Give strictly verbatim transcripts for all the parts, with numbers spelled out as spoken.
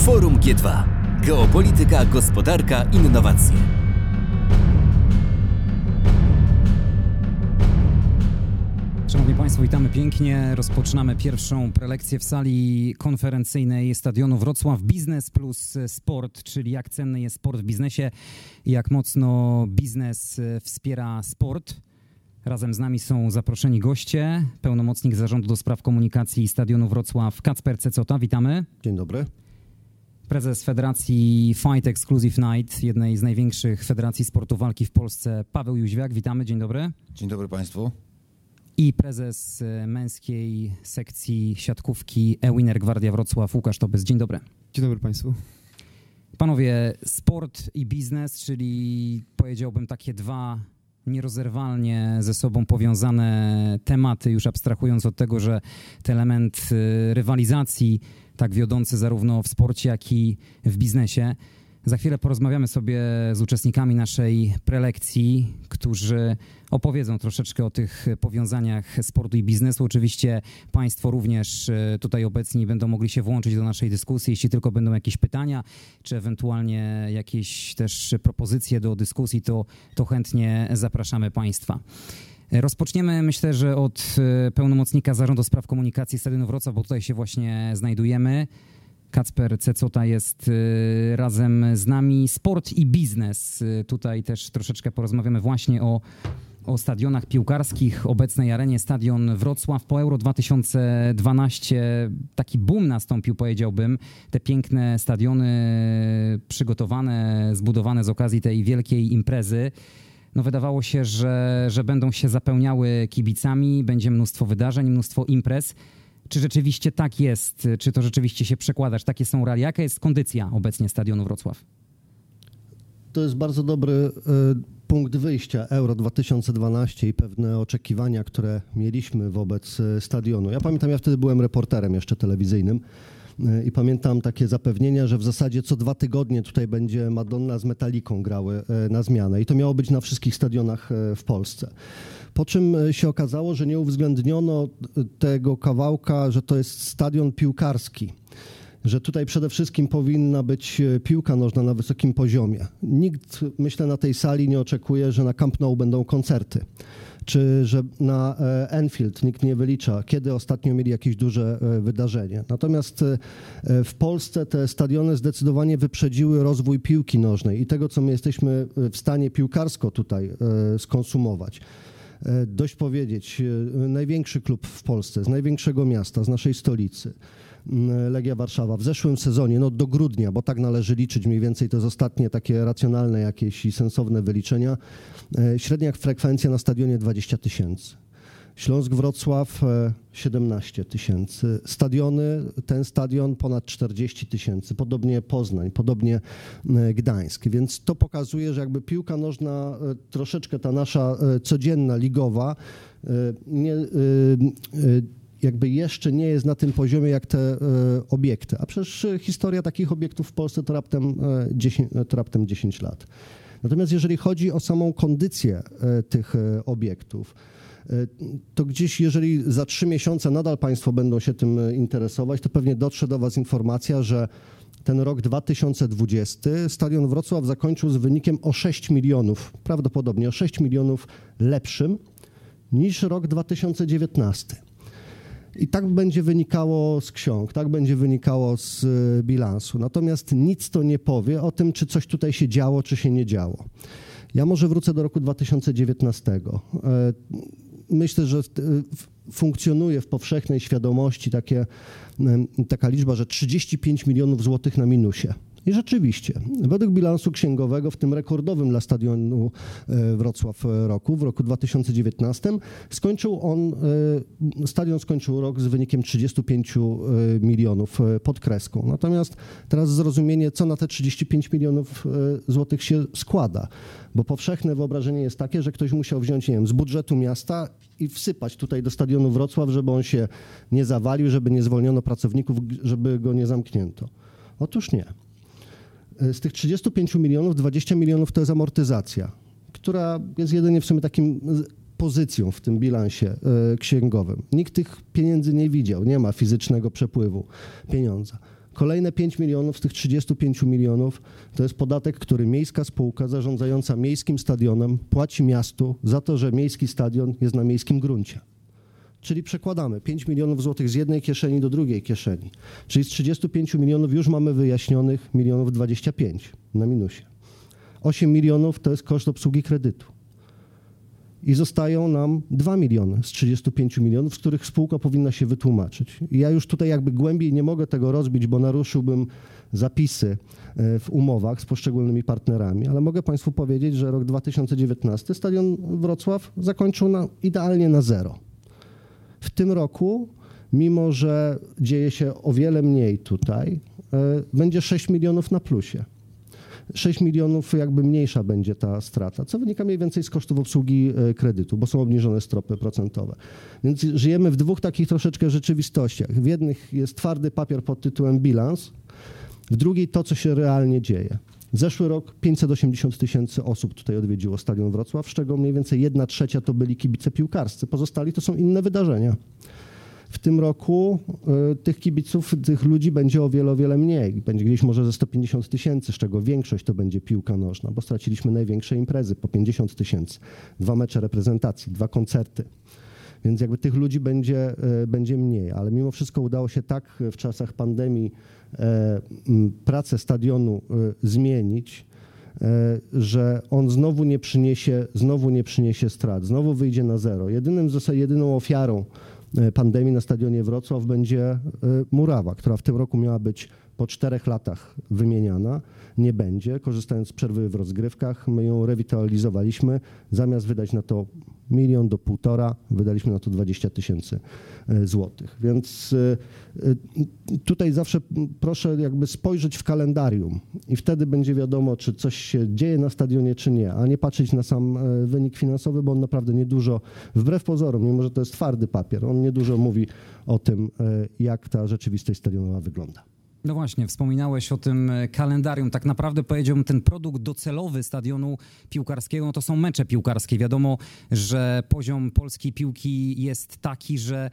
Forum G dwa. Geopolityka, gospodarka, innowacje. Szanowni Państwo, witamy pięknie. Rozpoczynamy pierwszą prelekcję w sali konferencyjnej Stadionu Wrocław. Biznes plus sport, czyli jak cenny jest sport w biznesie i jak mocno biznes wspiera sport. Razem z nami są zaproszeni goście. Pełnomocnik Zarządu do Spraw Komunikacji Stadionu Wrocław Kacper Cecota. Witamy. Dzień dobry. Prezes Federacji Fight Exclusive Night, jednej z największych federacji sportu walki w Polsce, Paweł Jóźwiak. Witamy. Dzień dobry. Dzień dobry Państwu. I prezes męskiej sekcji siatkówki e-Winner Gwardia Wrocław, Łukasz Tobys. Dzień dobry. Dzień dobry Państwu. Panowie, sport i biznes, czyli powiedziałbym takie dwa nierozerwalnie ze sobą powiązane tematy, już abstrahując od tego, że ten element rywalizacji, tak wiodący zarówno w sporcie, jak i w biznesie. Za chwilę porozmawiamy sobie z uczestnikami naszej prelekcji, którzy opowiedzą troszeczkę o tych powiązaniach sportu i biznesu. Oczywiście Państwo również tutaj obecni będą mogli się włączyć do naszej dyskusji, jeśli tylko będą jakieś pytania, czy ewentualnie jakieś też propozycje do dyskusji, to, to chętnie zapraszamy Państwa. Rozpoczniemy, myślę, że od pełnomocnika Zarządu do Spraw Komunikacji Stadionu Wrocław, bo tutaj się właśnie znajdujemy. Kacper Cecota jest razem z nami. Sport i biznes. Tutaj też troszeczkę porozmawiamy właśnie o, o stadionach piłkarskich. Obecnej arenie Stadion Wrocław po Euro dwa tysiące dwanaście. Taki boom nastąpił, powiedziałbym. Te piękne stadiony przygotowane, zbudowane z okazji tej wielkiej imprezy. No wydawało się, że, że będą się zapełniały kibicami, będzie mnóstwo wydarzeń, mnóstwo imprez. Czy rzeczywiście tak jest? Czy to rzeczywiście się przekłada? Czy takie są realia? Jaka jest kondycja obecnie Stadionu Wrocław? To jest bardzo dobry y, punkt wyjścia Euro dwa tysiące dwanaście i pewne oczekiwania, które mieliśmy wobec y, stadionu. Ja pamiętam, ja wtedy byłem reporterem jeszcze telewizyjnym y, i pamiętam takie zapewnienia, że w zasadzie co dwa tygodnie tutaj będzie Madonna z Metallicą grały y, na zmianę i to miało być na wszystkich stadionach y, w Polsce. Po czym się okazało, że nie uwzględniono tego kawałka, że to jest stadion piłkarski, że tutaj przede wszystkim powinna być piłka nożna na wysokim poziomie. Nikt, myślę, na tej sali nie oczekuje, że na Camp Nou będą koncerty, czy że na Anfield nikt nie wylicza, kiedy ostatnio mieli jakieś duże wydarzenie. Natomiast w Polsce te stadiony zdecydowanie wyprzedziły rozwój piłki nożnej i tego, co my jesteśmy w stanie piłkarsko tutaj skonsumować. Dość powiedzieć, największy klub w Polsce, z największego miasta, z naszej stolicy, Legia Warszawa, w zeszłym sezonie, no do grudnia, bo tak należy liczyć mniej więcej, to jest ostatnie takie racjonalne jakieś i sensowne wyliczenia, średnia frekwencja na stadionie dwadzieścia tysięcy. Śląsk Wrocław siedemnaście tysięcy. Stadiony, ten stadion ponad czterdzieści tysięcy. Podobnie Poznań, podobnie Gdańsk. Więc to pokazuje, że jakby piłka nożna, troszeczkę ta nasza codzienna, ligowa, nie, jakby jeszcze nie jest na tym poziomie jak te obiekty. A przecież historia takich obiektów w Polsce to raptem dziesięć, to raptem dziesięć lat. Natomiast jeżeli chodzi o samą kondycję tych obiektów, to gdzieś, jeżeli za trzy miesiące nadal Państwo będą się tym interesować, to pewnie dotrze do Was informacja, że ten rok dwa tysiące dwudziesty Stadion Wrocław zakończył z wynikiem o sześć milionów, prawdopodobnie o sześć milionów lepszym niż rok dwa tysiące dziewiętnasty. I tak będzie wynikało z ksiąg, tak będzie wynikało z bilansu. Natomiast nic to nie powie o tym, czy coś tutaj się działo, czy się nie działo. Ja może wrócę do roku dwa tysiące dziewiętnastego. Myślę, że funkcjonuje w powszechnej świadomości takie, taka liczba, że trzydzieści pięć milionów złotych na minusie. I rzeczywiście, według bilansu księgowego w tym rekordowym dla Stadionu Wrocław roku, w roku dwa tysiące dziewiętnastym, skończył on, stadion skończył rok z wynikiem trzydzieści pięć milionów pod kreską. Natomiast teraz zrozumienie, co na te trzydzieści pięć milionów złotych się składa, bo powszechne wyobrażenie jest takie, że ktoś musiał wziąć, nie wiem, z budżetu miasta i wsypać tutaj do Stadionu Wrocław, żeby on się nie zawalił, żeby nie zwolniono pracowników, żeby go nie zamknięto. Otóż nie. Z tych trzydziestu pięciu milionów dwadzieścia milionów to jest amortyzacja, która jest jedynie w sumie takim pozycją w tym bilansie księgowym. Nikt tych pieniędzy nie widział, nie ma fizycznego przepływu pieniądza. Kolejne pięć milionów z tych trzydziestu pięciu milionów to jest podatek, który miejska spółka zarządzająca miejskim stadionem płaci miastu za to, że miejski stadion jest na miejskim gruncie. Czyli przekładamy pięć milionów złotych z jednej kieszeni do drugiej kieszeni. Czyli z trzydziestu pięciu milionów już mamy wyjaśnionych milionów dwadzieścia pięć na minusie. osiem milionów to jest koszt obsługi kredytu. I zostają nam dwa miliony z trzydziestu pięciu milionów, z których spółka powinna się wytłumaczyć. I ja już tutaj jakby głębiej nie mogę tego rozbić, bo naruszyłbym zapisy w umowach z poszczególnymi partnerami, ale mogę Państwu powiedzieć, że rok dwa tysiące dziewiętnasty Stadion Wrocław zakończył na, idealnie na zero. W tym roku, mimo że dzieje się o wiele mniej tutaj, będzie sześć milionów na plusie. sześć milionów jakby mniejsza będzie ta strata, co wynika mniej więcej z kosztów obsługi kredytu, bo są obniżone stopy procentowe. Więc żyjemy w dwóch takich troszeczkę rzeczywistościach. W jednych jest twardy papier pod tytułem bilans, w drugiej to, co się realnie dzieje. Zeszły rok pięćset osiemdziesiąt tysięcy osób tutaj odwiedziło Stadion Wrocław, z czego mniej więcej jedna trzecia to byli kibice piłkarscy, pozostali to są inne wydarzenia. W tym roku y, tych kibiców, tych ludzi będzie o wiele, o wiele mniej. Będzie gdzieś może ze sto pięćdziesiąt tysięcy, z czego większość to będzie piłka nożna, bo straciliśmy największe imprezy, po pięćdziesiąt tysięcy, dwa mecze reprezentacji, dwa koncerty. Więc jakby tych ludzi będzie, y, będzie mniej, ale mimo wszystko udało się tak w czasach pandemii y, y, pracę stadionu y, zmienić, że on znowu nie przyniesie, znowu nie przyniesie strat, znowu wyjdzie na zero. Jedynym, jedyną ofiarą pandemii na Stadionie Wrocław będzie murawa, która w tym roku miała być po czterech latach wymieniana. Nie będzie, korzystając z przerwy w rozgrywkach. My ją rewitalizowaliśmy. Zamiast wydać na to milion do półtora, wydaliśmy na to dwadzieścia tysięcy złotych. Więc tutaj zawsze proszę jakby spojrzeć w kalendarium i wtedy będzie wiadomo, czy coś się dzieje na stadionie, czy nie, a nie patrzeć na sam wynik finansowy, bo on naprawdę niedużo, wbrew pozorom, mimo że to jest twardy papier, on niedużo mówi o tym, jak ta rzeczywistość stadionowa wygląda. No właśnie, wspominałeś o tym kalendarium. Tak naprawdę powiedziałbym, ten produkt docelowy stadionu piłkarskiego, no to są mecze piłkarskie. Wiadomo, że poziom polskiej piłki jest taki, że,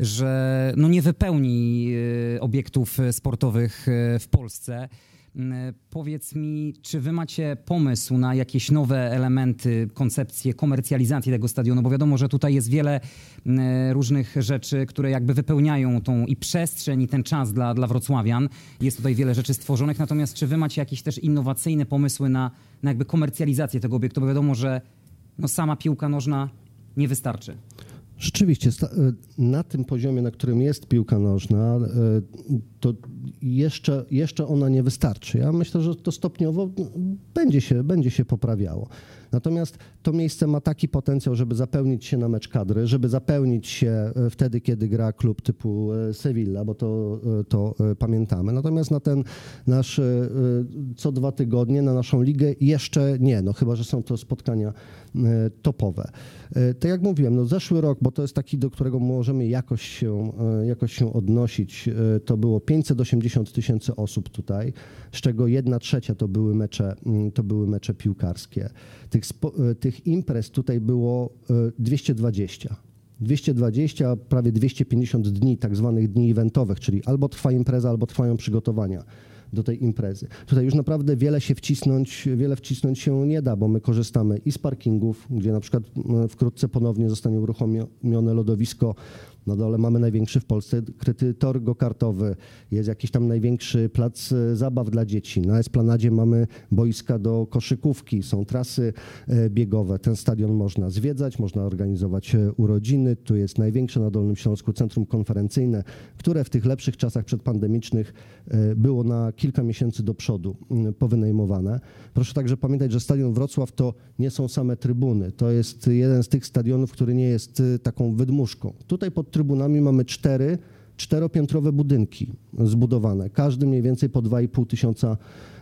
że no nie wypełni obiektów sportowych w Polsce. Powiedz mi, czy wy macie pomysł na jakieś nowe elementy, koncepcje komercjalizacji tego stadionu? Bo wiadomo, że tutaj jest wiele różnych rzeczy, które jakby wypełniają tą i przestrzeń, i ten czas dla, dla wrocławian. Jest tutaj wiele rzeczy stworzonych, natomiast czy wy macie jakieś też innowacyjne pomysły na, na jakby komercjalizację tego obiektu? Bo wiadomo, że no sama piłka nożna nie wystarczy. Rzeczywiście, na tym poziomie, na którym jest piłka nożna, to jeszcze, jeszcze ona nie wystarczy. Ja myślę, że to stopniowo będzie się, będzie się poprawiało. Natomiast to miejsce ma taki potencjał, żeby zapełnić się na mecz kadry, żeby zapełnić się wtedy, kiedy gra klub typu Sevilla, bo to, to pamiętamy. Natomiast na ten nasz co dwa tygodnie, na naszą ligę jeszcze nie, no chyba że są to spotkania topowe. Tak jak mówiłem, no zeszły rok, bo to jest taki, do którego możemy jakoś się, jakoś się odnosić, to było pięćset osiemdziesiąt tysięcy osób tutaj, z czego jedna trzecia to były mecze, to były mecze piłkarskie. Tych, spo, tych imprez tutaj było dwieście dwadzieścia. dwieście dwadzieścia, prawie dwieście pięćdziesiąt dni tak zwanych dni eventowych, czyli albo trwa impreza, albo trwają przygotowania do tej imprezy. Tutaj już naprawdę wiele się wcisnąć, wiele wcisnąć się nie da, bo my korzystamy i z parkingów, gdzie na przykład wkrótce ponownie zostanie uruchomione lodowisko. Na dole mamy największy w Polsce kryty tor go-kartowy, jest jakiś tam największy plac zabaw dla dzieci. Na Esplanadzie mamy boiska do koszykówki, są trasy biegowe. Ten stadion można zwiedzać, można organizować urodziny. Tu jest największe na Dolnym Śląsku centrum konferencyjne, które w tych lepszych czasach przedpandemicznych było na kilka miesięcy do przodu powynajmowane. Proszę także pamiętać, że Stadion Wrocław to nie są same trybuny. To jest jeden z tych stadionów, który nie jest taką wydmuszką. Tutaj pod trybunami mamy cztery czteropiętrowe budynki zbudowane, każdy mniej więcej po dwa i pół tysiąca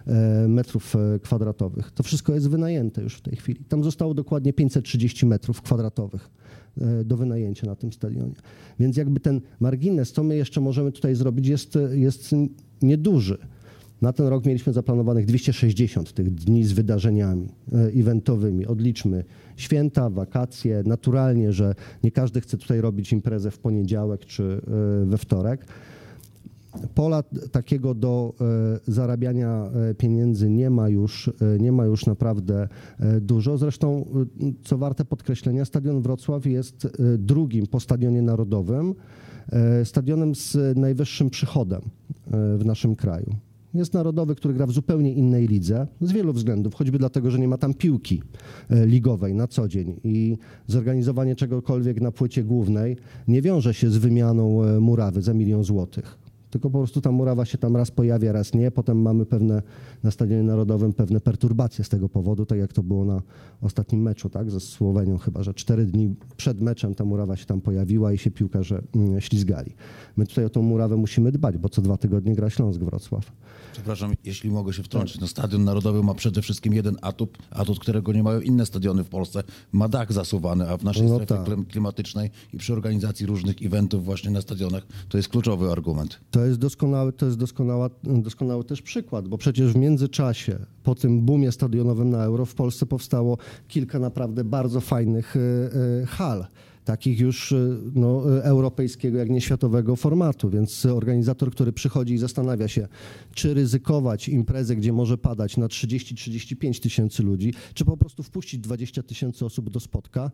metrów kwadratowych. To wszystko jest wynajęte już w tej chwili. Tam zostało dokładnie pięćset trzydzieści metrów kwadratowych do wynajęcia na tym stadionie. Więc jakby ten margines, co my jeszcze możemy tutaj zrobić, jest, jest nieduży. Na ten rok mieliśmy zaplanowanych dwieście sześćdziesiąt tych dni z wydarzeniami eventowymi. Odliczmy święta, wakacje. Naturalnie, że nie każdy chce tutaj robić imprezę w poniedziałek czy we wtorek. pola takiego do zarabiania pieniędzy nie ma już, nie ma już naprawdę dużo. Zresztą, co warte podkreślenia, Stadion Wrocław jest drugim po Stadionie Narodowym stadionem z najwyższym przychodem w naszym kraju. Jest Narodowy, który gra w zupełnie innej lidze z wielu względów, choćby dlatego, że nie ma tam piłki ligowej na co dzień i zorganizowanie czegokolwiek na płycie głównej nie wiąże się z wymianą murawy za milion złotych. Tylko po prostu ta murawa się tam raz pojawia, raz nie. Potem mamy pewne na Stadionie Narodowym pewne perturbacje z tego powodu, tak jak to było na ostatnim meczu, tak, ze Słowenią chyba, że cztery dni przed meczem ta murawa się tam pojawiła i się piłkarze mm, ślizgali. My tutaj o tą murawę musimy dbać, bo co dwa tygodnie gra Śląsk Wrocław. Przepraszam, jeśli mogę się wtrącić. No, Stadion Narodowy ma przede wszystkim jeden atut, atut, którego nie mają inne stadiony w Polsce. Ma dach zasuwany, a w naszej No strefie tak. klimatycznej i przy organizacji różnych eventów właśnie na stadionach to jest kluczowy argument. To jest doskonały, to jest doskonała, doskonały też przykład, bo przecież w międzyczasie po tym boomie stadionowym na Euro w Polsce powstało kilka naprawdę bardzo fajnych y, y, hal. Takich już no, europejskiego, jak nie światowego formatu, więc organizator, który przychodzi i zastanawia się, czy ryzykować imprezę, gdzie może padać na trzydzieści do trzydziestu pięciu tysięcy ludzi, czy po prostu wpuścić dwadzieścia tysięcy osób do spotka,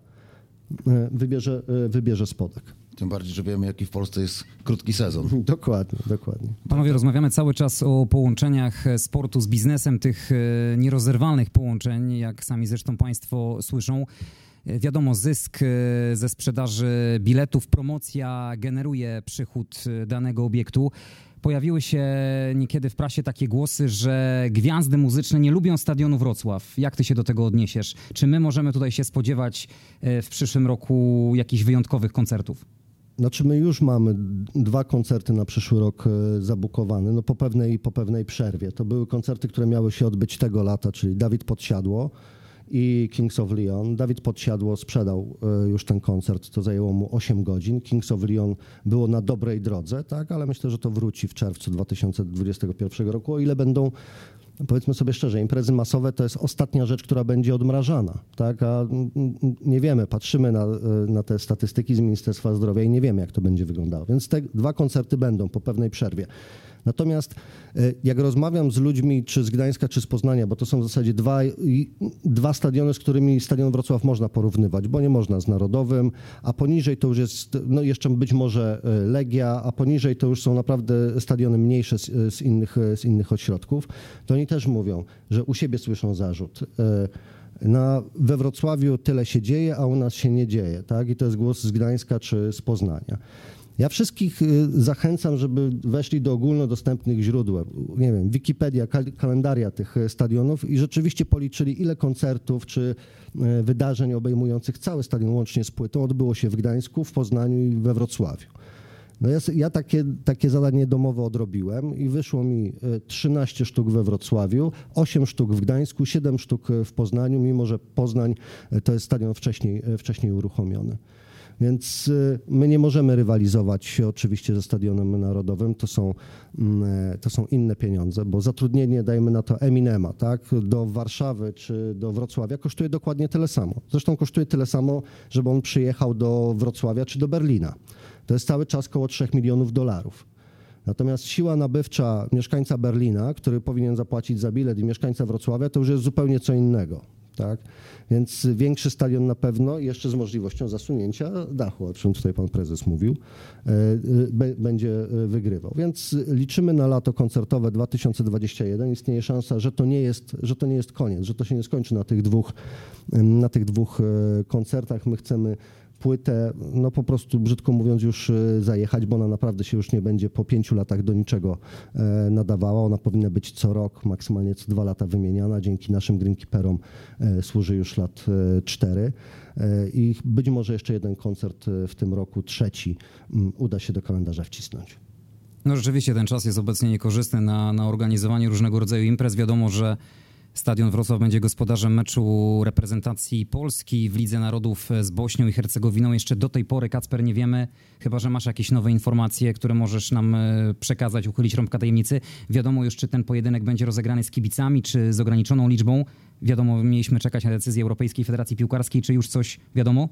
wybierze, wybierze spodek. Tym bardziej, że wiemy, jaki w Polsce jest krótki sezon. Dokładnie, dokładnie. Panowie, rozmawiamy cały czas o połączeniach sportu z biznesem, tych nierozerwalnych połączeń, jak sami zresztą państwo słyszą. Wiadomo, zysk ze sprzedaży biletów, promocja generuje przychód danego obiektu. Pojawiły się niekiedy w prasie takie głosy, że gwiazdy muzyczne nie lubią Stadionu Wrocław. Jak ty się do tego odniesiesz? Czy my możemy tutaj się spodziewać w przyszłym roku jakichś wyjątkowych koncertów? Znaczy my już mamy dwa koncerty na przyszły rok zabukowane, no po pewnej, po pewnej przerwie. To były koncerty, które miały się odbyć tego lata, czyli Dawid Podsiadło i Kings of Leon. Dawid Podsiadło sprzedał już ten koncert, to zajęło mu osiem godzin. Kings of Leon było na dobrej drodze, tak, ale myślę, że to wróci w czerwcu dwa tysiące dwudziestego pierwszego roku, o ile będą, powiedzmy sobie szczerze, imprezy masowe to jest ostatnia rzecz, która będzie odmrażana, tak, a nie wiemy, patrzymy na, na te statystyki z Ministerstwa Zdrowia i nie wiemy, jak to będzie wyglądało, więc te dwa koncerty będą po pewnej przerwie. Natomiast jak rozmawiam z ludźmi, czy z Gdańska, czy z Poznania, bo to są w zasadzie dwa, dwa stadiony, z którymi Stadion Wrocław można porównywać, bo nie można z Narodowym, a poniżej to już jest, no jeszcze być może Legia, a poniżej to już są naprawdę stadiony mniejsze z, z, innych, z innych ośrodków, to oni też mówią, że u siebie słyszą zarzut. Na, we Wrocławiu tyle się dzieje, a u nas się nie dzieje, tak? I to jest głos z Gdańska czy z Poznania. Ja wszystkich zachęcam, żeby weszli do ogólnodostępnych źródeł, nie wiem, Wikipedia, kal- kalendaria tych stadionów i rzeczywiście policzyli, ile koncertów czy wydarzeń obejmujących cały stadion łącznie z płytą odbyło się w Gdańsku, w Poznaniu i we Wrocławiu. No ja, ja takie, takie zadanie domowe odrobiłem i wyszło mi trzynaście sztuk we Wrocławiu, osiem sztuk w Gdańsku, siedem sztuk w Poznaniu, mimo że Poznań to jest stadion wcześniej, wcześniej uruchomiony. Więc my nie możemy rywalizować się oczywiście ze Stadionem Narodowym, to są, to są inne pieniądze, bo zatrudnienie, dajmy na to Eminema, tak, do Warszawy czy do Wrocławia kosztuje dokładnie tyle samo. Zresztą kosztuje tyle samo, żeby on przyjechał do Wrocławia czy do Berlina. To jest cały czas około trzech milionów dolarów. Natomiast siła nabywcza mieszkańca Berlina, który powinien zapłacić za bilet, i mieszkańca Wrocławia, to już jest zupełnie co innego. Tak? Więc większy stadion na pewno, jeszcze z możliwością zasunięcia dachu, o czym tutaj pan prezes mówił, b- będzie wygrywał. Więc liczymy na lato koncertowe dwa tysiące dwudziesty pierwszy. Istnieje szansa, że to nie jest, że to nie jest koniec, że to się nie skończy na tych dwóch, na tych dwóch koncertach. My chcemy płytę, no po prostu brzydko mówiąc już zajechać, bo ona naprawdę się już nie będzie po pięciu latach do niczego nadawała. Ona powinna być co rok, maksymalnie co dwa lata wymieniana. Dzięki naszym greenkeeperom służy już lat cztery. I być może jeszcze jeden koncert w tym roku, trzeci, uda się do kalendarza wcisnąć. No rzeczywiście ten czas jest obecnie niekorzystny na, na organizowanie różnego rodzaju imprez. Wiadomo, że Stadion Wrocław będzie gospodarzem meczu reprezentacji Polski w Lidze Narodów z Bośnią i Hercegowiną. Jeszcze do tej pory, Kacper, nie wiemy, chyba że masz jakieś nowe informacje, które możesz nam przekazać, uchylić rąbka tajemnicy. Wiadomo już, czy ten pojedynek będzie rozegrany z kibicami, czy z ograniczoną liczbą. Wiadomo, mieliśmy czekać na decyzję Europejskiej Federacji Piłkarskiej, czy już coś wiadomo?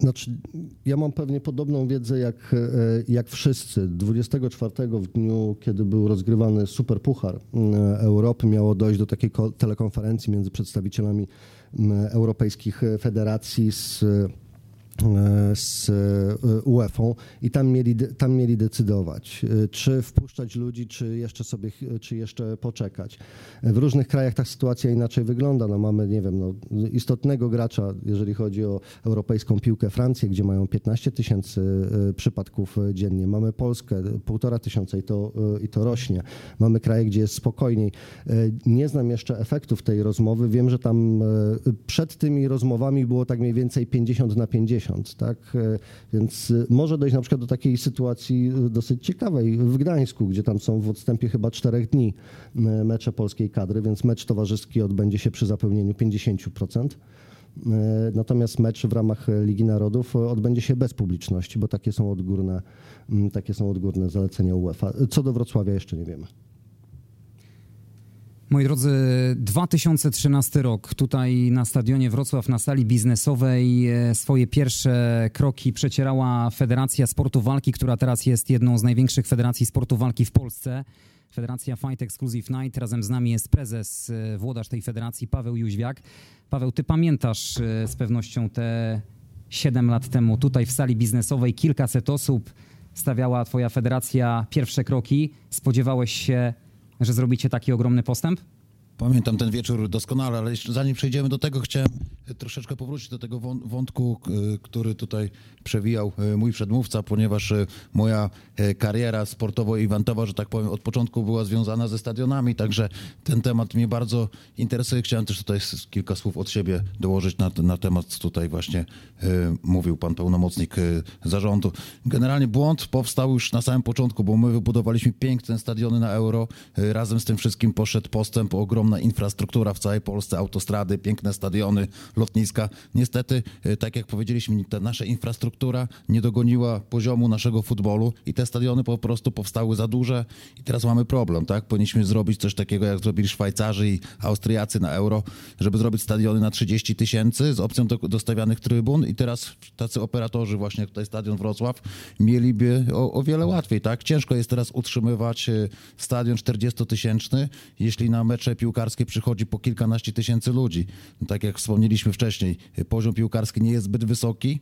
Znaczy, ja mam pewnie podobną wiedzę jak, jak wszyscy. dwudziestego czwartego w dniu, kiedy był rozgrywany Superpuchar Europy, miało dojść do takiej telekonferencji między przedstawicielami europejskich federacji z z UEFA i tam mieli, tam mieli decydować, czy wpuszczać ludzi, czy jeszcze sobie, czy jeszcze poczekać. W różnych krajach ta sytuacja inaczej wygląda. No mamy, nie wiem, no, istotnego gracza, jeżeli chodzi o europejską piłkę, Francję, gdzie mają piętnaście tysięcy przypadków dziennie. Mamy Polskę, półtora tysiąca i to, i to rośnie. Mamy kraje, gdzie jest spokojniej. Nie znam jeszcze efektów tej rozmowy. Wiem, że tam przed tymi rozmowami było tak mniej więcej pięćdziesiąt na pięćdziesiąt. Tak? Więc może dojść na przykład do takiej sytuacji dosyć ciekawej w Gdańsku, gdzie tam są w odstępie chyba czterech dni mecze polskiej kadry, więc mecz towarzyski odbędzie się przy zapełnieniu pięćdziesiąt procent. Natomiast mecz w ramach Ligi Narodów odbędzie się bez publiczności, bo takie są odgórne, takie są odgórne zalecenia UEFA. Co do Wrocławia jeszcze nie wiemy. Moi drodzy, dwa tysiące trzynasty rok. Tutaj na stadionie Wrocław, na sali biznesowej swoje pierwsze kroki przecierała Federacja Sportu Walki, która teraz jest jedną z największych federacji sportu walki w Polsce. Federacja Fight Exclusive Night. Razem z nami jest prezes, włodarz tej federacji, Paweł Jóźwiak. Paweł, ty pamiętasz z pewnością te siedem lat temu tutaj w sali biznesowej kilkaset osób, stawiała twoja federacja pierwsze kroki. Spodziewałeś się, że zrobicie taki ogromny postęp? Pamiętam ten wieczór doskonale, ale jeszcze zanim przejdziemy do tego, chciałem troszeczkę powrócić do tego wątku, który tutaj przewijał mój przedmówca, ponieważ moja kariera sportowo-eventowa, że tak powiem, od początku była związana ze stadionami, także ten temat mnie bardzo interesuje. Chciałem też tutaj kilka słów od siebie dołożyć na, na temat, tutaj właśnie mówił pan pełnomocnik zarządu. Generalnie błąd powstał już na samym początku, bo my wybudowaliśmy piękne stadiony na Euro. Razem z tym wszystkim poszedł postęp, ogromna infrastruktura w całej Polsce, autostrady, piękne stadiony, lotniska. Niestety, tak jak powiedzieliśmy, ta nasza infrastruktura nie dogoniła poziomu naszego futbolu i te stadiony po prostu powstały za duże i teraz mamy problem, tak? Powinniśmy zrobić coś takiego, jak zrobili Szwajcarzy i Austriacy na Euro, żeby zrobić stadiony na trzydzieści tysięcy z opcją do, dostawianych trybun i teraz tacy operatorzy, właśnie jak tutaj Stadion Wrocław, mieliby o, o wiele łatwiej, tak? Ciężko jest teraz utrzymywać stadion czterdziestotysięczny, jeśli na mecze piłkarskie przychodzi po kilkanaście tysięcy ludzi. Tak jak wspomnieliśmy wcześniej, poziom piłkarski nie jest zbyt wysoki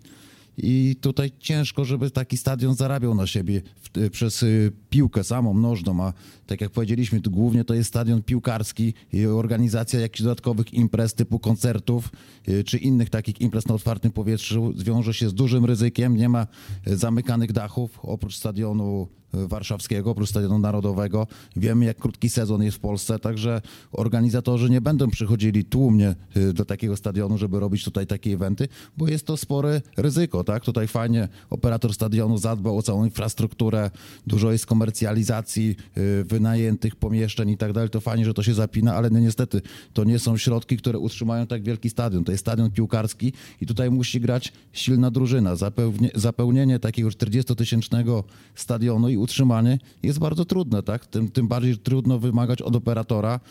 i tutaj ciężko, żeby taki stadion zarabiał na siebie w, przez piłkę samą, nożną, a tak jak powiedzieliśmy, to głównie to jest stadion piłkarski i organizacja jakichś dodatkowych imprez typu koncertów czy innych takich imprez na otwartym powietrzu wiąże się z dużym ryzykiem, nie ma zamykanych dachów oprócz stadionu warszawskiego, oprócz Stadionu Narodowego. Wiemy, jak krótki sezon jest w Polsce, także organizatorzy nie będą przychodzili tłumnie do takiego stadionu, żeby robić tutaj takie eventy, bo jest to spore ryzyko, tak? Tutaj fajnie operator stadionu zadbał o całą infrastrukturę, dużo jest komercjalizacji, wynajętych pomieszczeń i tak dalej. To fajnie, że to się zapina, ale no niestety to nie są środki, które utrzymają tak wielki stadion. To jest stadion piłkarski i tutaj musi grać silna drużyna. Zapełnie, zapełnienie takiego czterdziestotysięcznego stadionu i utrzymanie jest bardzo trudne, tak? Tym, tym bardziej trudno wymagać od operatora,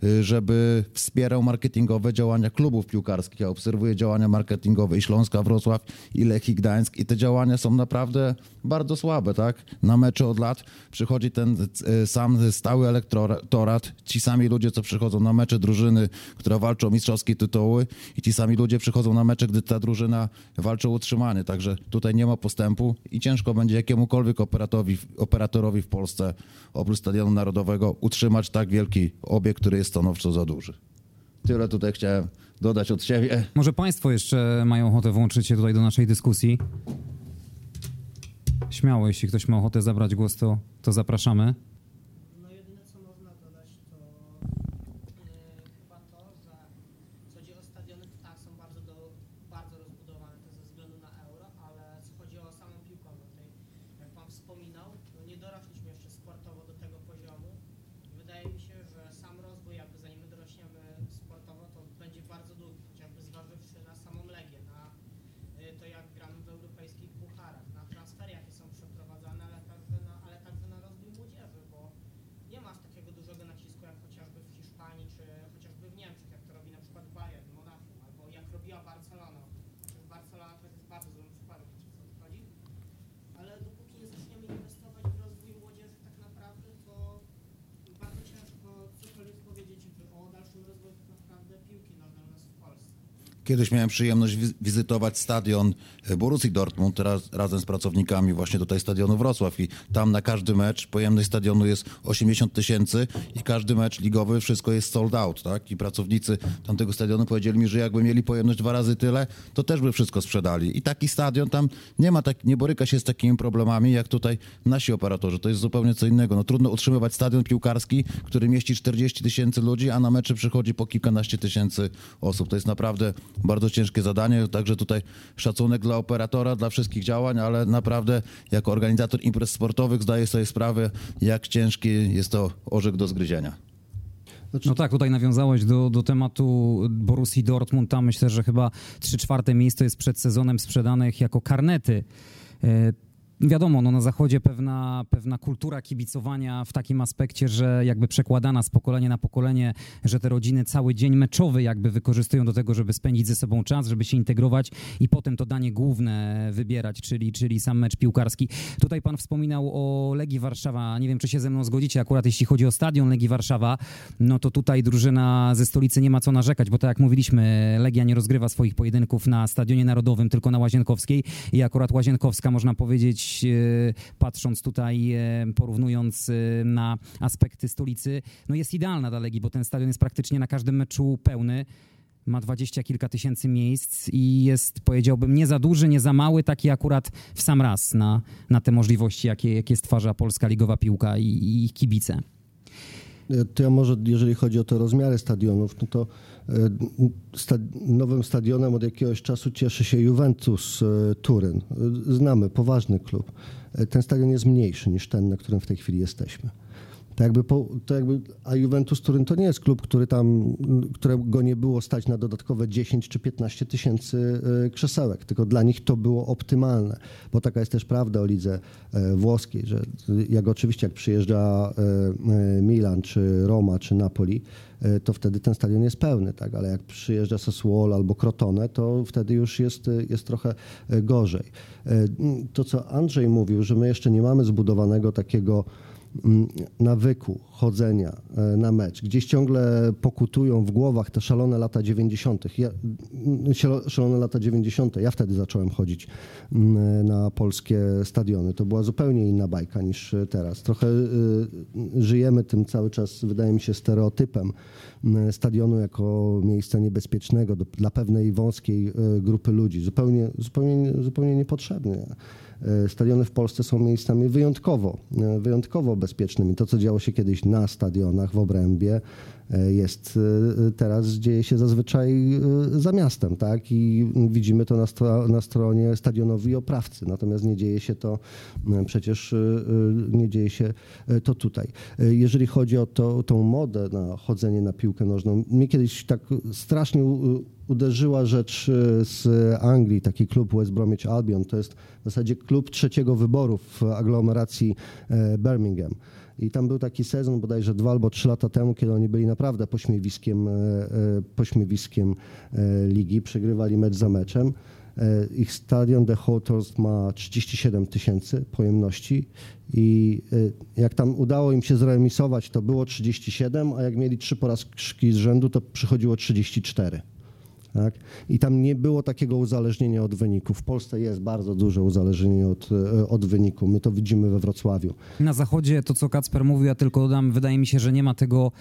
żeby wspierał marketingowe działania klubów piłkarskich. Ja obserwuję działania marketingowe i Śląska, Wrocław, i Lechii Gdańsk i te działania są naprawdę bardzo słabe, tak? Na mecze od lat przychodzi ten sam stały elektorat, ci sami ludzie, co przychodzą na mecze drużyny, która walczy o mistrzowskie tytuły i ci sami ludzie przychodzą na mecze, gdy ta drużyna walczy o utrzymanie, także tutaj nie ma postępu i ciężko będzie jakiemukolwiek operatorowi, operatorowi w Polsce, oprócz Stadionu Narodowego, utrzymać tak wielki obiekt, który jest stanowczo za duży. Tyle tutaj chciałem dodać od siebie. Może państwo jeszcze mają ochotę włączyć się tutaj do naszej dyskusji? Śmiało, jeśli ktoś ma ochotę zabrać głos, to, to zapraszamy. No jedyne, co można dodać, to yy, chyba to, że co chodzi o stadiony, to tak, są bardzo, do, bardzo rozbudowane te ze względu na euro, ale co chodzi o samą piłkę nożną, jak pan wspominał, no nie dorośliśmy jeszcze sportowo do tego poziomu. Wydaje mi się, że sam rozwój, jakby zanim my dorośniemy sportowo, to będzie bardzo długi, chociażby zważywszy na samą Legię, na y, to, jak gramy w europejskich pucharach, na transfery, jakie są przeprowadzane, ale także na, ale także na rozwój młodzieży, Kiedyś miałem przyjemność wiz- wizytować stadion Borussii Dortmund raz, razem z pracownikami właśnie tutaj stadionu Wrocław i tam na każdy mecz pojemność stadionu jest osiemdziesiąt tysięcy i każdy mecz ligowy wszystko jest sold out, tak? I pracownicy tamtego stadionu powiedzieli mi, że jakby mieli pojemność dwa razy tyle, to też by wszystko sprzedali. I taki stadion tam nie ma tak, nie boryka się z takimi problemami jak tutaj nasi operatorzy. To jest zupełnie co innego. No trudno utrzymywać stadion piłkarski, który mieści czterdzieści tysięcy ludzi, a na mecze przychodzi po kilkanaście tysięcy osób. To jest naprawdę bardzo ciężkie zadanie, także tutaj szacunek dla operatora, dla wszystkich działań, ale naprawdę jako organizator imprez sportowych zdaję sobie sprawę, jak ciężki jest to orzech do zgryzienia. No tak, tutaj nawiązałeś do, do tematu Borussii Dortmund. Tam myślę, że chyba trzy czwarte miejsce jest przed sezonem sprzedanych jako karnety. E, Wiadomo, no na Zachodzie pewna, pewna kultura kibicowania w takim aspekcie, że jakby przekładana z pokolenia na pokolenie, że te rodziny cały dzień meczowy jakby wykorzystują do tego, żeby spędzić ze sobą czas, żeby się integrować i potem to danie główne wybierać, czyli, czyli sam mecz piłkarski. Tutaj pan wspominał o Legii Warszawa. Nie wiem, czy się ze mną zgodzicie, akurat jeśli chodzi o stadion Legii Warszawa, no to tutaj drużyna ze stolicy nie ma co narzekać, bo tak jak mówiliśmy, Legia nie rozgrywa swoich pojedynków na Stadionie Narodowym, tylko na Łazienkowskiej i akurat Łazienkowska, można powiedzieć, patrząc tutaj, porównując na aspekty stolicy, no jest idealna dla Legii, bo ten stadion jest praktycznie na każdym meczu pełny. Ma dwadzieścia kilka tysięcy miejsc i jest, powiedziałbym, nie za duży, nie za mały, taki akurat w sam raz na, na te możliwości, jakie, jakie stwarza polska ligowa piłka i, i ich kibice. To ja może, jeżeli chodzi o te rozmiary stadionów, no to sta- nowym stadionem od jakiegoś czasu cieszy się Juventus Turyn. Znamy, poważny klub. Ten stadion jest mniejszy niż ten, na którym w tej chwili jesteśmy. To jakby, po, to jakby, a Juventus Turyn to nie jest klub, który tam, którego nie było stać na dodatkowe dziesięć czy piętnaście tysięcy krzesełek, tylko dla nich to było optymalne, bo taka jest też prawda o lidze włoskiej, że jak oczywiście jak przyjeżdża Milan, czy Roma, czy Napoli, to wtedy ten stadion jest pełny, tak? Ale jak przyjeżdża Sassuolo albo Crotone, to wtedy już jest, jest trochę gorzej. To, co Andrzej mówił, że my jeszcze nie mamy zbudowanego takiego nawyku chodzenia na mecz. Gdzieś ciągle pokutują w głowach te szalone lata dziewięćdziesiąte. Ja, szalone lata dziewięćdziesiąte. Ja wtedy zacząłem chodzić na polskie stadiony. To była zupełnie inna bajka niż teraz. Trochę żyjemy tym cały czas, wydaje mi się, stereotypem stadionu jako miejsca niebezpiecznego do, dla pewnej wąskiej grupy ludzi. Zupełnie, zupełnie, zupełnie niepotrzebnie. Stadiony w Polsce są miejscami wyjątkowo, wyjątkowo bezpiecznymi. To, co działo się kiedyś na stadionach w obrębie, jest teraz, dzieje się zazwyczaj za miastem, tak? I widzimy to na, stro, na stronie stadionowi oprawcy. Natomiast nie dzieje się to, przecież nie dzieje się to tutaj. Jeżeli chodzi o to, tą modę na chodzenie na piłkę nożną, mnie kiedyś tak strasznie uderzyła rzecz z Anglii, taki klub West Bromwich Albion. To jest w zasadzie klub trzeciego wyboru w aglomeracji Birmingham. I tam był taki sezon bodajże dwa albo trzy lata temu, kiedy oni byli naprawdę pośmiewiskiem, pośmiewiskiem ligi. Przegrywali mecz za meczem. Ich stadion The Hawthorns ma trzydzieści siedem tysięcy pojemności i jak tam udało im się zremisować, to było trzydzieści siedem, a jak mieli trzy porażki z rzędu, to przychodziło trzydzieści cztery. Tak? I tam nie było takiego uzależnienia od wyniku. W Polsce jest bardzo duże uzależnienie od, od wyniku. My to widzimy we Wrocławiu. Na Zachodzie to, co Kacper mówił, ja tylko dodam, wydaje mi się, że nie ma tego,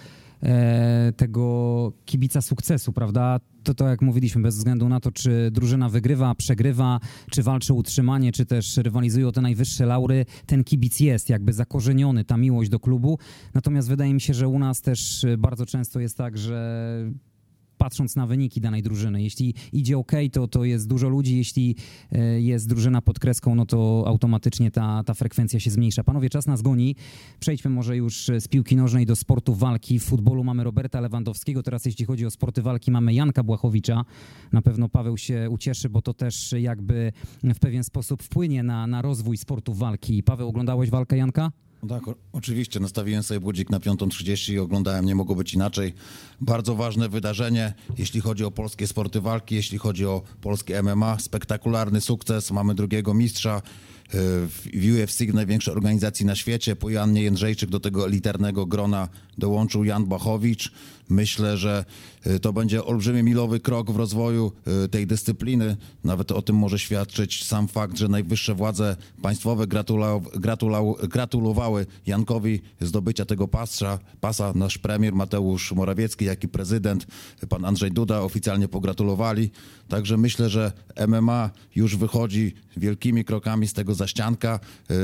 e, tego kibica sukcesu, prawda? To, to jak mówiliśmy, bez względu na to, czy drużyna wygrywa, przegrywa, czy walczy o utrzymanie, czy też rywalizuje o te najwyższe laury, ten kibic jest jakby zakorzeniony, ta miłość do klubu. Natomiast wydaje mi się, że u nas też bardzo często jest tak, że patrząc na wyniki danej drużyny. Jeśli idzie ok, to, to jest dużo ludzi, jeśli jest drużyna pod kreską, no to automatycznie ta, ta frekwencja się zmniejsza. Panowie, czas nas goni. Przejdźmy może już z piłki nożnej do sportu walki. W futbolu mamy Roberta Lewandowskiego, teraz jeśli chodzi o sporty walki mamy Janka Błachowicza. Na pewno Paweł się ucieszy, bo to też jakby w pewien sposób wpłynie na, na rozwój sportu walki. Paweł, oglądałeś walkę Janka? Tak, o, oczywiście. Nastawiłem sobie budzik na piątą trzydzieści i oglądałem, nie mogło być inaczej. Bardzo ważne wydarzenie, jeśli chodzi o polskie sporty walki, jeśli chodzi o polskie M M A. Spektakularny sukces, mamy drugiego mistrza w U F C, największej organizacji na świecie, po Joannie Jędrzejczyk do tego elitarnego grona dołączył Jan Błachowicz. Myślę, że to będzie olbrzymi milowy krok w rozwoju tej dyscypliny. Nawet o tym może świadczyć sam fakt, że najwyższe władze państwowe gratula- gratula- gratulowały Jankowi zdobycia tego pasa. pasa. Nasz premier Mateusz Morawiecki, jak i prezydent, pan Andrzej Duda oficjalnie pogratulowali. Także myślę, że M M A już wychodzi wielkimi krokami z tego zaścianka.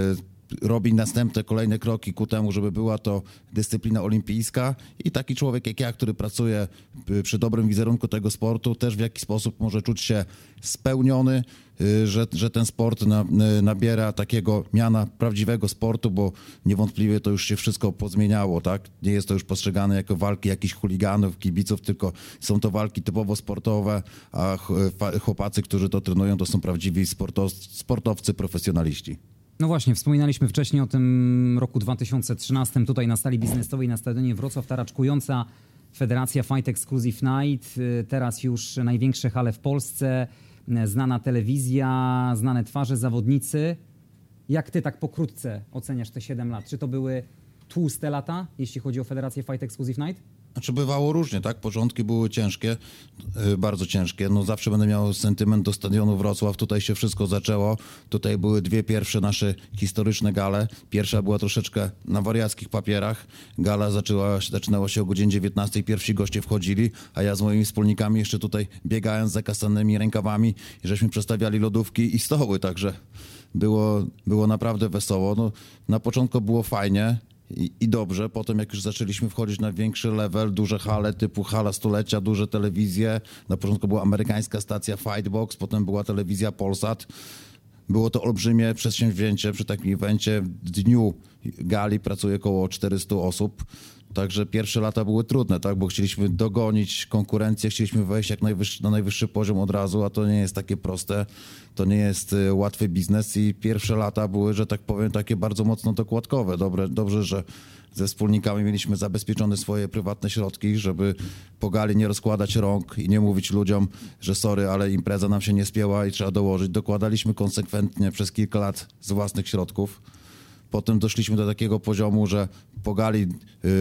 Robi następne, kolejne kroki ku temu, żeby była to dyscyplina olimpijska i taki człowiek jak ja, który pracuje przy dobrym wizerunku tego sportu, też w jakiś sposób może czuć się spełniony, że, że ten sport na, nabiera takiego miana prawdziwego sportu, bo niewątpliwie to już się wszystko pozmieniało, tak? Nie jest to już postrzegane jako walki jakichś chuliganów, kibiców, tylko są to walki typowo sportowe, a chłopacy, którzy to trenują, to są prawdziwi sportow- sportowcy, profesjonaliści. No właśnie, wspominaliśmy wcześniej o tym roku dwa tysiące trzynastym tutaj na sali biznesowej na stadionie Wrocław, ta raczkująca Federacja Fight Exclusive Night, teraz już największe hale w Polsce, znana telewizja, znane twarze, zawodnicy. Jak ty tak pokrótce oceniasz te siedem lat? Czy to były tłuste lata, jeśli chodzi o Federację Fight Exclusive Night? Znaczy bywało różnie, tak? Początki były ciężkie, yy, bardzo ciężkie. No zawsze będę miał sentyment do stadionu Wrocław. Tutaj się wszystko zaczęło. Tutaj były dwie pierwsze nasze historyczne gale. Pierwsza była troszeczkę na wariackich papierach. Gala zaczęła, zaczynała się o godzinie dziewiętnastej. Pierwsi goście wchodzili, a ja z moimi wspólnikami jeszcze tutaj biegałem z zakasanymi rękawami i żeśmy przestawiali lodówki i stoły. Także było, było naprawdę wesoło. No, na początku było fajnie. I, I dobrze, potem jak już zaczęliśmy wchodzić na większy level, duże hale typu hala stulecia, duże telewizje, na początku była amerykańska stacja Fightbox, potem była telewizja Polsat. Było to olbrzymie przedsięwzięcie przy takim evencie. W dniu gali pracuje około czterysta osób. Także pierwsze lata były trudne, tak, bo chcieliśmy dogonić konkurencję, chcieliśmy wejść jak najwyższy, na najwyższy poziom od razu, a to nie jest takie proste, to nie jest y, łatwy biznes i pierwsze lata były, że tak powiem, takie bardzo mocno dokładkowe. Dobre, dobrze, że ze wspólnikami mieliśmy zabezpieczone swoje prywatne środki, żeby po gali nie rozkładać rąk i nie mówić ludziom, że sorry, ale impreza nam się nie spięła i trzeba dołożyć. Dokładaliśmy konsekwentnie przez kilka lat z własnych środków. Potem doszliśmy do takiego poziomu, że po gali yy,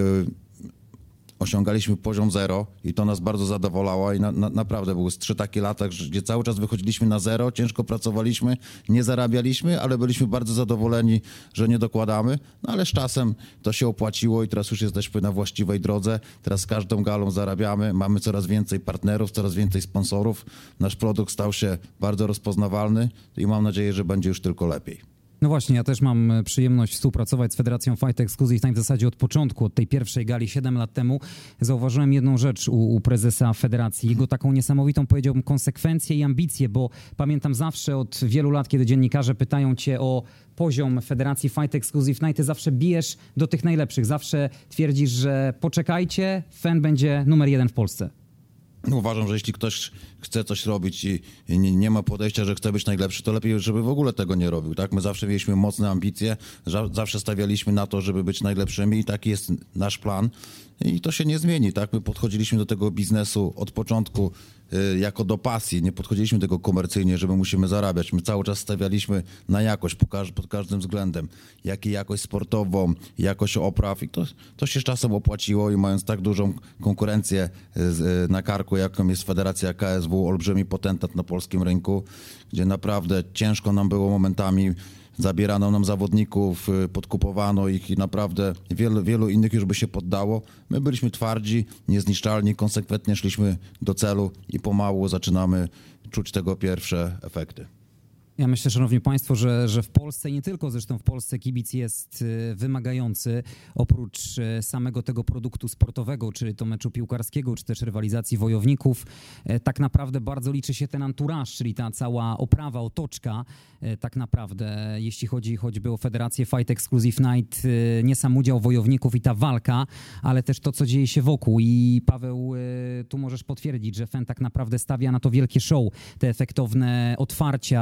osiągaliśmy poziom zero i to nas bardzo zadowalało i na, na, naprawdę były trzy takie lata, gdzie cały czas wychodziliśmy na zero, ciężko pracowaliśmy, nie zarabialiśmy, ale byliśmy bardzo zadowoleni, że nie dokładamy, no ale z czasem to się opłaciło i teraz już jesteśmy na właściwej drodze, teraz z każdą galą zarabiamy, mamy coraz więcej partnerów, coraz więcej sponsorów, nasz produkt stał się bardzo rozpoznawalny i mam nadzieję, że będzie już tylko lepiej. No właśnie, ja też mam przyjemność współpracować z Federacją Fight Exclusive Night w zasadzie od początku, od tej pierwszej gali siedem lat temu. Zauważyłem jedną rzecz u, u prezesa federacji, jego taką niesamowitą, powiedziałbym, konsekwencję i ambicję, bo pamiętam zawsze od wielu lat, kiedy dziennikarze pytają cię o poziom Federacji Fight Exclusive Night, ty zawsze bijesz do tych najlepszych, zawsze twierdzisz, że poczekajcie, F E N będzie numer jeden w Polsce. Uważam, że jeśli ktoś chce coś robić i nie, nie ma podejścia, że chce być najlepszy, to lepiej, żeby w ogóle tego nie robił. Tak? My zawsze mieliśmy mocne ambicje, zawsze stawialiśmy na to, żeby być najlepszymi i taki jest nasz plan. I to się nie zmieni. Tak? My podchodziliśmy do tego biznesu od początku y, jako do pasji. Nie podchodziliśmy do tego komercyjnie, że my musimy zarabiać. My cały czas stawialiśmy na jakość po każ- pod każdym względem. Jak i jakość sportową, jakość opraw. I to, to się z czasem opłaciło i mając tak dużą konkurencję z, y, na karku, jaką jest Federacja K S W, olbrzymi potentat na polskim rynku, gdzie naprawdę ciężko nam było momentami. Zabierano nam zawodników, podkupowano ich i naprawdę wielu, wielu innych już by się poddało. My byliśmy twardzi, niezniszczalni, konsekwentnie szliśmy do celu i pomału zaczynamy czuć tego pierwsze efekty. Ja myślę, szanowni państwo, że, że w Polsce, i nie tylko zresztą w Polsce, kibic jest wymagający. Oprócz samego tego produktu sportowego, czy to meczu piłkarskiego, czy też rywalizacji wojowników, tak naprawdę bardzo liczy się ten anturaż, czyli ta cała oprawa, otoczka. Tak naprawdę, jeśli chodzi choćby o Federację Fight Exclusive Night, nie sam udział wojowników i ta walka, ale też to, co dzieje się wokół. I Paweł, tu możesz potwierdzić, że F E N tak naprawdę stawia na to wielkie show. Te efektowne otwarcia, ostatnio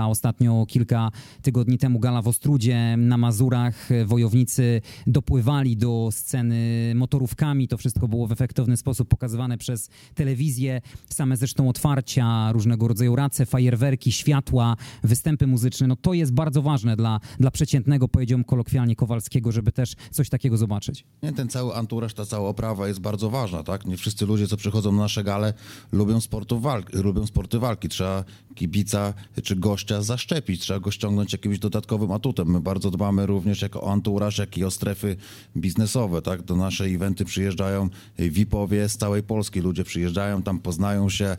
ostatnio kilka tygodni temu gala w Ostródzie na Mazurach. Wojownicy dopływali do sceny motorówkami. To wszystko było w efektowny sposób pokazywane przez telewizję. Same zresztą otwarcia, różnego rodzaju race, fajerwerki, światła, występy muzyczne. No to jest bardzo ważne dla, dla przeciętnego, powiedziałbym kolokwialnie, Kowalskiego, żeby też coś takiego zobaczyć. Nie, ten cały anturaż, ta cała oprawa jest bardzo ważna, tak? Nie wszyscy ludzie, co przychodzą na nasze gale, lubią, sportu walki, lubią sporty walki. Trzeba kibica czy gościa zaszczepić, trzeba go ściągnąć jakimś dodatkowym atutem. My bardzo dbamy również jak o anturaż, jak i o strefy biznesowe, tak? Do naszej eventy przyjeżdżają V I P-owie z całej Polski. Ludzie przyjeżdżają, tam poznają się,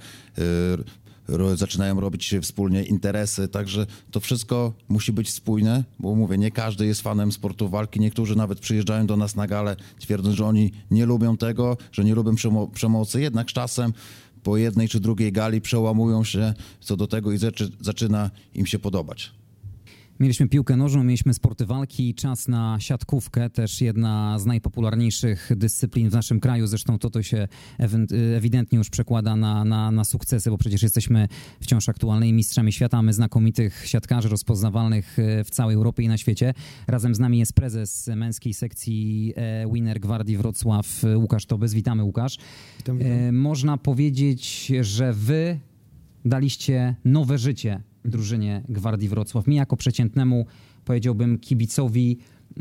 yy, zaczynają robić wspólnie interesy, także to wszystko musi być spójne, bo mówię, nie każdy jest fanem sportu walki, niektórzy nawet przyjeżdżają do nas na galę, twierdząc, że oni nie lubią tego, że nie lubią przemo- przemocy, jednak z czasem po jednej czy drugiej gali przełamują się co do tego i zaczy- zaczyna im się podobać. Mieliśmy piłkę nożną, mieliśmy sporty walki, czas na siatkówkę, też jedna z najpopularniejszych dyscyplin w naszym kraju. Zresztą to, to się ewidentnie już przekłada na, na, na sukcesy, bo przecież jesteśmy wciąż aktualnymi mistrzami świata. Mamy znakomitych siatkarzy rozpoznawalnych w całej Europie i na świecie. Razem z nami jest prezes męskiej sekcji Winner Gwardii Wrocław, Łukasz Tobys. Witamy, Łukasz. Witam, witam. Można powiedzieć, że wy daliście nowe życie drużynie Gwardii Wrocław. Mi jako przeciętnemu, powiedziałbym, kibicowi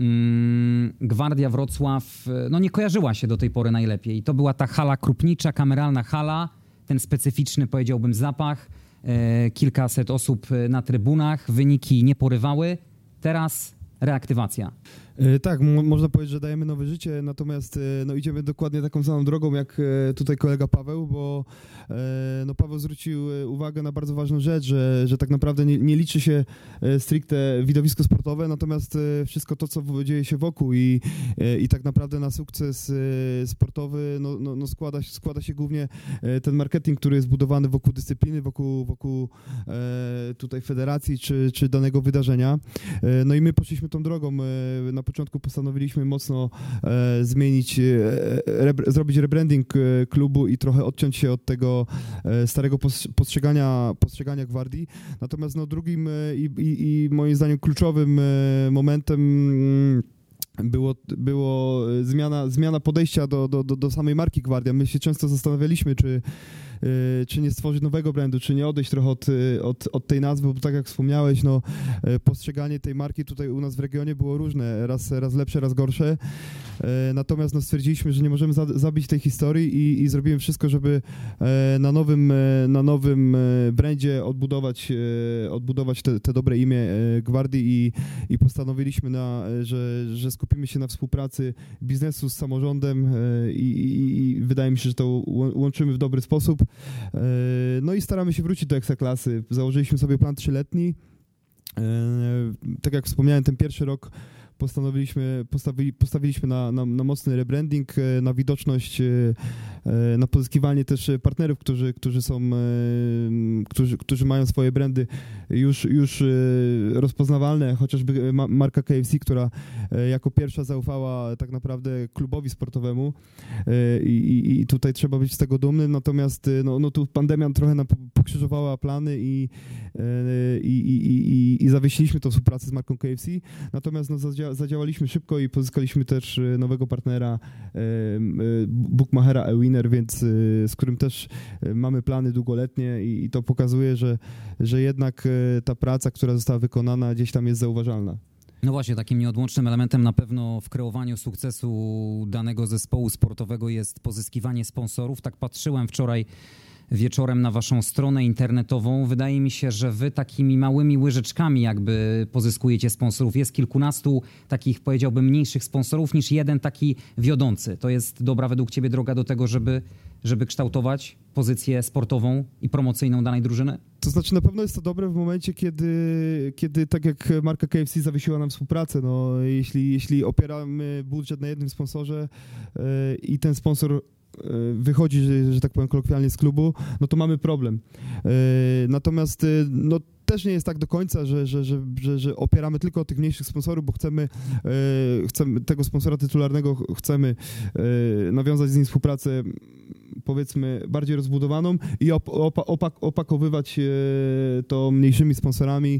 mm, Gwardia Wrocław no nie kojarzyła się do tej pory najlepiej. To była ta hala krupnicza, kameralna hala, ten specyficzny, powiedziałbym, zapach, e, kilkaset osób na trybunach, wyniki nie porywały. Teraz reaktywacja. Tak, m- można powiedzieć, że dajemy nowe życie, natomiast no, idziemy dokładnie taką samą drogą jak tutaj kolega Paweł, bo no, Paweł zwrócił uwagę na bardzo ważną rzecz, że, że tak naprawdę nie, nie liczy się stricte widowisko sportowe, natomiast wszystko to, co dzieje się wokół i, i tak naprawdę na sukces sportowy no, no, no składa, składa się głównie ten marketing, który jest budowany wokół dyscypliny, wokół, wokół tutaj federacji czy, czy danego wydarzenia. No i my poszliśmy tą drogą. Na początku postanowiliśmy mocno e, zmienić, e, re, zrobić rebranding e, klubu i trochę odciąć się od tego e, starego postrzegania, postrzegania Gwardii. Natomiast no, drugim e, i, i, i moim zdaniem kluczowym e, momentem mm, Było, było zmiana, zmiana podejścia do, do, do, do samej marki Gwardia. My się często zastanawialiśmy, czy, czy nie stworzyć nowego brandu, czy nie odejść trochę od, od, od tej nazwy, bo tak jak wspomniałeś, no, postrzeganie tej marki tutaj u nas w regionie było różne, raz, raz lepsze, raz gorsze. Natomiast no, stwierdziliśmy, że nie możemy za, zabić tej historii i, i zrobimy wszystko, żeby na nowym, na nowym brandzie odbudować, odbudować te, te dobre imię Gwardii i, i postanowiliśmy, na, że, że skupimy się na współpracy biznesu z samorządem i, i, i wydaje mi się, że to łączymy w dobry sposób. No i staramy się wrócić do Ekstraklasy. Założyliśmy sobie plan trzyletni. Tak jak wspomniałem, ten pierwszy rok postanowiliśmy, postawili, postawiliśmy na, na, na mocny rebranding, na widoczność, na pozyskiwanie też partnerów, którzy, którzy są, którzy, którzy mają swoje brandy już, już rozpoznawalne, chociażby marka K F C, która jako pierwsza zaufała tak naprawdę klubowi sportowemu i, i, i tutaj trzeba być z tego dumnym, natomiast no, no tu pandemia trochę nam pokrzyżowała plany i, i, i, i, i zawiesiliśmy tą współpracę z marką K F C, natomiast no, zadziałaliśmy szybko i pozyskaliśmy też nowego partnera, bookmachera eWinner, więc z którym też mamy plany długoletnie i to pokazuje, że, że jednak ta praca, która została wykonana, gdzieś tam jest zauważalna. No właśnie, takim nieodłącznym elementem na pewno w kreowaniu sukcesu danego zespołu sportowego jest pozyskiwanie sponsorów. Tak patrzyłem wczoraj wieczorem na waszą stronę internetową. Wydaje mi się, że wy takimi małymi łyżeczkami jakby pozyskujecie sponsorów. Jest kilkunastu takich, powiedziałbym, mniejszych sponsorów niż jeden taki wiodący. To jest dobra według ciebie droga do tego, żeby, żeby kształtować pozycję sportową i promocyjną danej drużyny? To znaczy na pewno jest to dobre w momencie, kiedy, kiedy tak jak marka K F C zawiesiła nam współpracę. No, jeśli, jeśli opieramy budżet na jednym sponsorze yy, i ten sponsor wychodzi, że, że tak powiem kolokwialnie, z klubu, no to mamy problem. Natomiast no, też nie jest tak do końca, że, że, że, że, że opieramy tylko o tych mniejszych sponsorów, bo chcemy, chcemy tego sponsora tytularnego, chcemy nawiązać z nim współpracę, powiedzmy, bardziej rozbudowaną i op, opak, opakowywać to mniejszymi sponsorami.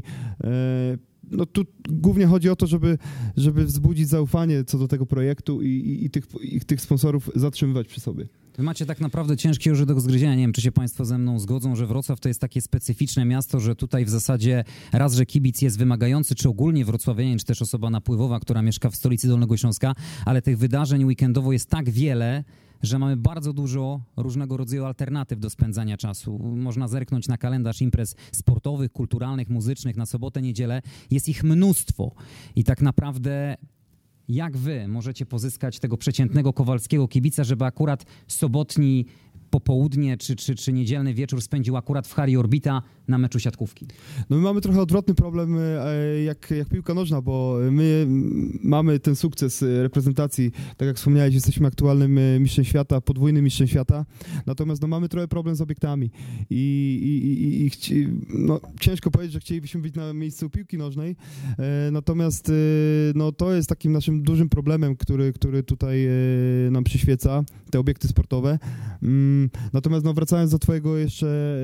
No tu głównie chodzi o to, żeby, żeby wzbudzić zaufanie co do tego projektu i, i, i, tych, i tych sponsorów zatrzymywać przy sobie. Wy macie tak naprawdę ciężki orzech do zgryzienia. Nie wiem, czy się państwo ze mną zgodzą, że Wrocław to jest takie specyficzne miasto, że tutaj w zasadzie raz, że kibic jest wymagający, czy ogólnie wrocławianin, czy też osoba napływowa, która mieszka w stolicy Dolnego Śląska, ale tych wydarzeń weekendowo jest tak wiele, że mamy bardzo dużo różnego rodzaju alternatyw do spędzania czasu. Można zerknąć na kalendarz imprez sportowych, kulturalnych, muzycznych na sobotę, niedzielę. Jest ich mnóstwo i tak naprawdę jak wy możecie pozyskać tego przeciętnego kowalskiego kibica, żeby akurat sobotni popołudnie czy, czy, czy niedzielny wieczór spędził akurat w hali Orbita na meczu siatkówki? No my mamy trochę odwrotny problem jak, jak piłka nożna, bo my mamy ten sukces reprezentacji, tak jak wspomniałeś, jesteśmy aktualnym mistrzem świata, podwójnym mistrzem świata, natomiast no, mamy trochę problem z obiektami i, i, i, i chci, no, ciężko powiedzieć, że chcielibyśmy być na miejscu piłki nożnej, natomiast no, to jest takim naszym dużym problemem, który, który tutaj nam przyświeca, te obiekty sportowe. Natomiast no, wracając do twojego jeszcze,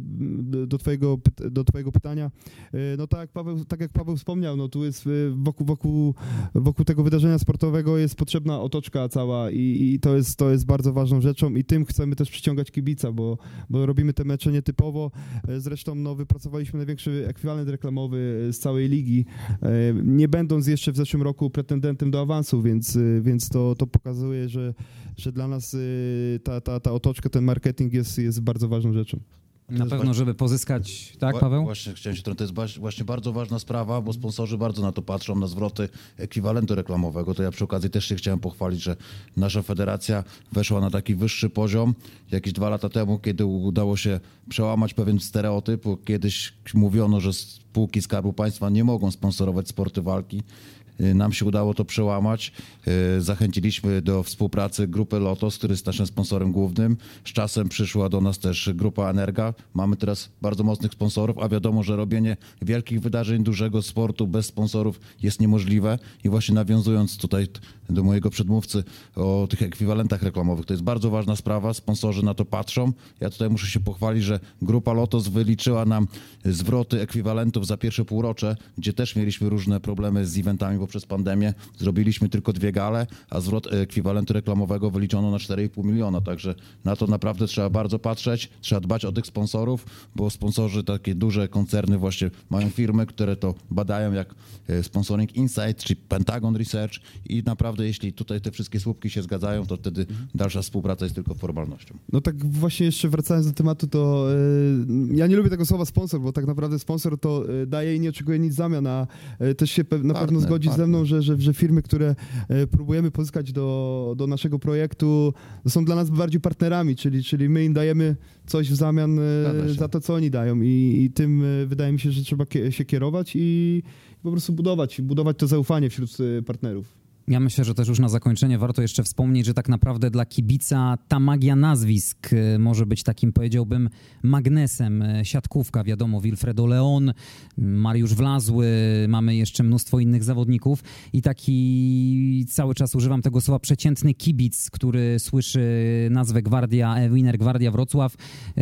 do twojego, do twojego pytania, no tak jak Paweł, tak jak Paweł wspomniał, no tu jest wokół, wokół, wokół tego wydarzenia sportowego jest potrzebna otoczka cała i, i to, jest, to jest bardzo ważną rzeczą i tym chcemy też przyciągać kibica, bo, bo robimy te mecze nietypowo. Zresztą no, wypracowaliśmy największy ekwiwalent reklamowy z całej ligi, nie będąc jeszcze w zeszłym roku pretendentem do awansu, więc, więc to, to pokazuje, że, że dla nas ta, ta, ta otoczka, ten marketing jest, jest bardzo ważną rzeczą. Na pewno, żeby pozyskać... Tak, Paweł? Właśnie chciałem się to jest właśnie bardzo ważna sprawa, bo sponsorzy bardzo na to patrzą, na zwroty ekwiwalentu reklamowego. To ja przy okazji też się chciałem pochwalić, że nasza federacja weszła na taki wyższy poziom jakieś dwa lata temu, kiedy udało się przełamać pewien stereotyp. Kiedyś mówiono, że spółki Skarbu Państwa nie mogą sponsorować sporty walki. Nam się udało to przełamać. Zachęciliśmy do współpracy grupę Lotos, który jest naszym sponsorem głównym. Z czasem przyszła do nas też grupa Energa. Mamy teraz bardzo mocnych sponsorów, a wiadomo, że robienie wielkich wydarzeń, dużego sportu bez sponsorów jest niemożliwe. I właśnie nawiązując tutaj do mojego przedmówcy o tych ekwiwalentach reklamowych, to jest bardzo ważna sprawa. Sponsorzy na to patrzą. Ja tutaj muszę się pochwalić, że grupa Lotos wyliczyła nam zwroty ekwiwalentów za pierwsze półrocze, gdzie też mieliśmy różne problemy z eventami, bo przez pandemię zrobiliśmy tylko dwie gale, a zwrot ekwiwalentu reklamowego wyliczono na cztery i pół miliona, także na to naprawdę trzeba bardzo patrzeć, trzeba dbać o tych sponsorów, bo sponsorzy, takie duże koncerny właśnie mają firmy, które to badają, jak Sponsoring Insight czy Pentagon Research i naprawdę jeśli tutaj te wszystkie słupki się zgadzają, to wtedy dalsza współpraca jest tylko formalnością. No tak właśnie jeszcze wracając do tematu, to yy, ja nie lubię tego słowa sponsor, bo tak naprawdę sponsor to yy, daje i nie oczekuje nic w zamian, a yy, też się pe- na Partner, pewno zgodzi partner. ze mną, że, że, że firmy, które yy, próbujemy pozyskać do, do naszego projektu, są dla nas bardziej partnerami, czyli, czyli my im dajemy coś w zamian yy, za to, co oni dają i, i tym yy, wydaje mi się, że trzeba kie- się kierować i po prostu budować, budować to zaufanie wśród yy, partnerów. Ja myślę, że też już na zakończenie warto jeszcze wspomnieć, że tak naprawdę dla kibica ta magia nazwisk może być takim, powiedziałbym, magnesem. Siatkówka, wiadomo, Wilfredo Leon, Mariusz Wlazły, mamy jeszcze mnóstwo innych zawodników i taki, cały czas używam tego słowa, przeciętny kibic, który słyszy nazwę Gwardia, Wiener Gwardia Wrocław,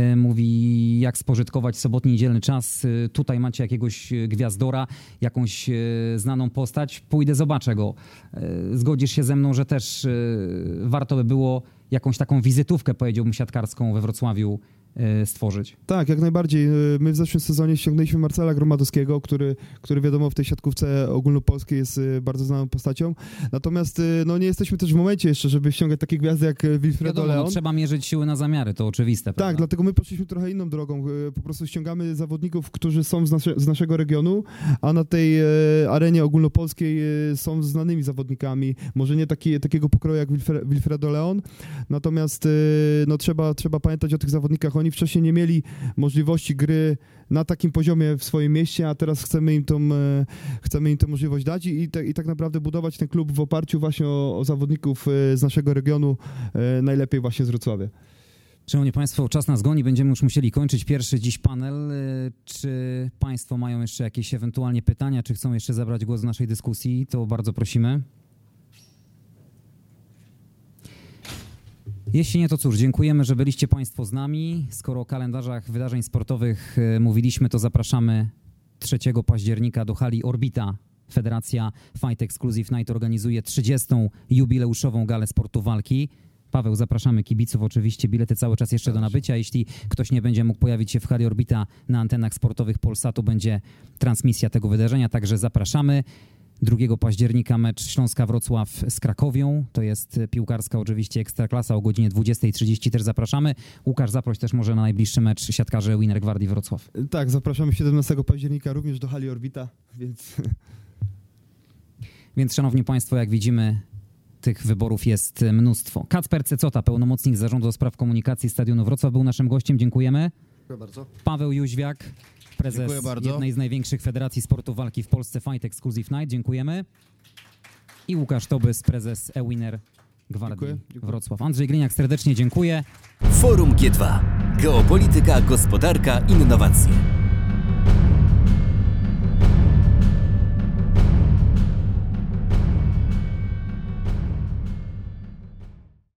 mówi, jak spożytkować sobotni, niedzielny czas. Tutaj macie jakiegoś gwiazdora, jakąś znaną postać, pójdę, zobaczę go. Zgodzisz się ze mną, że też y, warto by było jakąś taką wizytówkę, powiedziałbym, siatkarską we Wrocławiu y, stworzyć. Tak, jak najbardziej. My w zeszłym sezonie ściągnęliśmy Marcela Gromadowskiego, który, który wiadomo w tej siatkówce ogólnopolskiej jest bardzo znaną postacią. Natomiast no, nie jesteśmy też w momencie jeszcze, żeby ściągać takie gwiazdy jak Wilfredo wiadomo, Leon. No, trzeba mierzyć siły na zamiary, to oczywiste. Prawda? Tak, dlatego my poszliśmy trochę inną drogą. Po prostu ściągamy zawodników, którzy są z, nasze, z naszego regionu, a na tej e, arenie ogólnopolskiej e, są znanymi zawodnikami. Może nie taki, takiego pokroju jak Wilfre, Wilfredo Leon, natomiast y, no, trzeba, trzeba pamiętać o tych zawodnikach. Oni wcześniej nie mieli możliwości gry na takim poziomie w swoim mieście, a teraz chcemy im tą, e, chcemy im tę możliwość dać i, te, i tak naprawdę budować ten klub w oparciu właśnie o, o zawodników e, z naszego regionu, e, najlepiej właśnie z Wrocławia. Szanowni Państwo, czas nas goni, będziemy już musieli kończyć pierwszy dziś panel. Czy Państwo mają jeszcze jakieś ewentualnie pytania, czy chcą jeszcze zabrać głos w naszej dyskusji, to bardzo prosimy. Jeśli nie, to cóż, dziękujemy, że byliście Państwo z nami. Skoro o kalendarzach wydarzeń sportowych mówiliśmy, to zapraszamy trzeciego października do hali Orbita. Federacja Fight Exclusive Night organizuje trzydziestą jubileuszową galę sportu walki. Paweł, zapraszamy kibiców, oczywiście bilety cały czas jeszcze do nabycia. Jeśli ktoś nie będzie mógł pojawić się w hali Orbita na antenach sportowych Polsatu, będzie transmisja tego wydarzenia, także zapraszamy. drugiego października mecz Śląska-Wrocław z Krakowią. To jest piłkarska oczywiście Ekstraklasa o godzinie dwudziestej trzydzieści też zapraszamy. Łukasz, zaproś też może na najbliższy mecz siatkarzy Winner Gwardii Wrocław. Tak, zapraszamy siedemnastego października również do hali Orbita, więc... Więc szanowni Państwo, jak widzimy, tych wyborów jest mnóstwo. Kacper Cecota, pełnomocnik Zarządu do Spraw Komunikacji Stadionu Wrocław, był naszym gościem. Dziękujemy. Dziękuję bardzo. Paweł Jóźwiak, prezes jednej z największych federacji sportu walki w Polsce, Fight Exclusive Night. Dziękujemy. I Łukasz Tobys, prezes e-Winner Gwardii Dziękuję, dziękuję. Wrocław. Andrzej Gliniak, serdecznie dziękuję. Forum G dwa. Geopolityka, gospodarka, innowacje.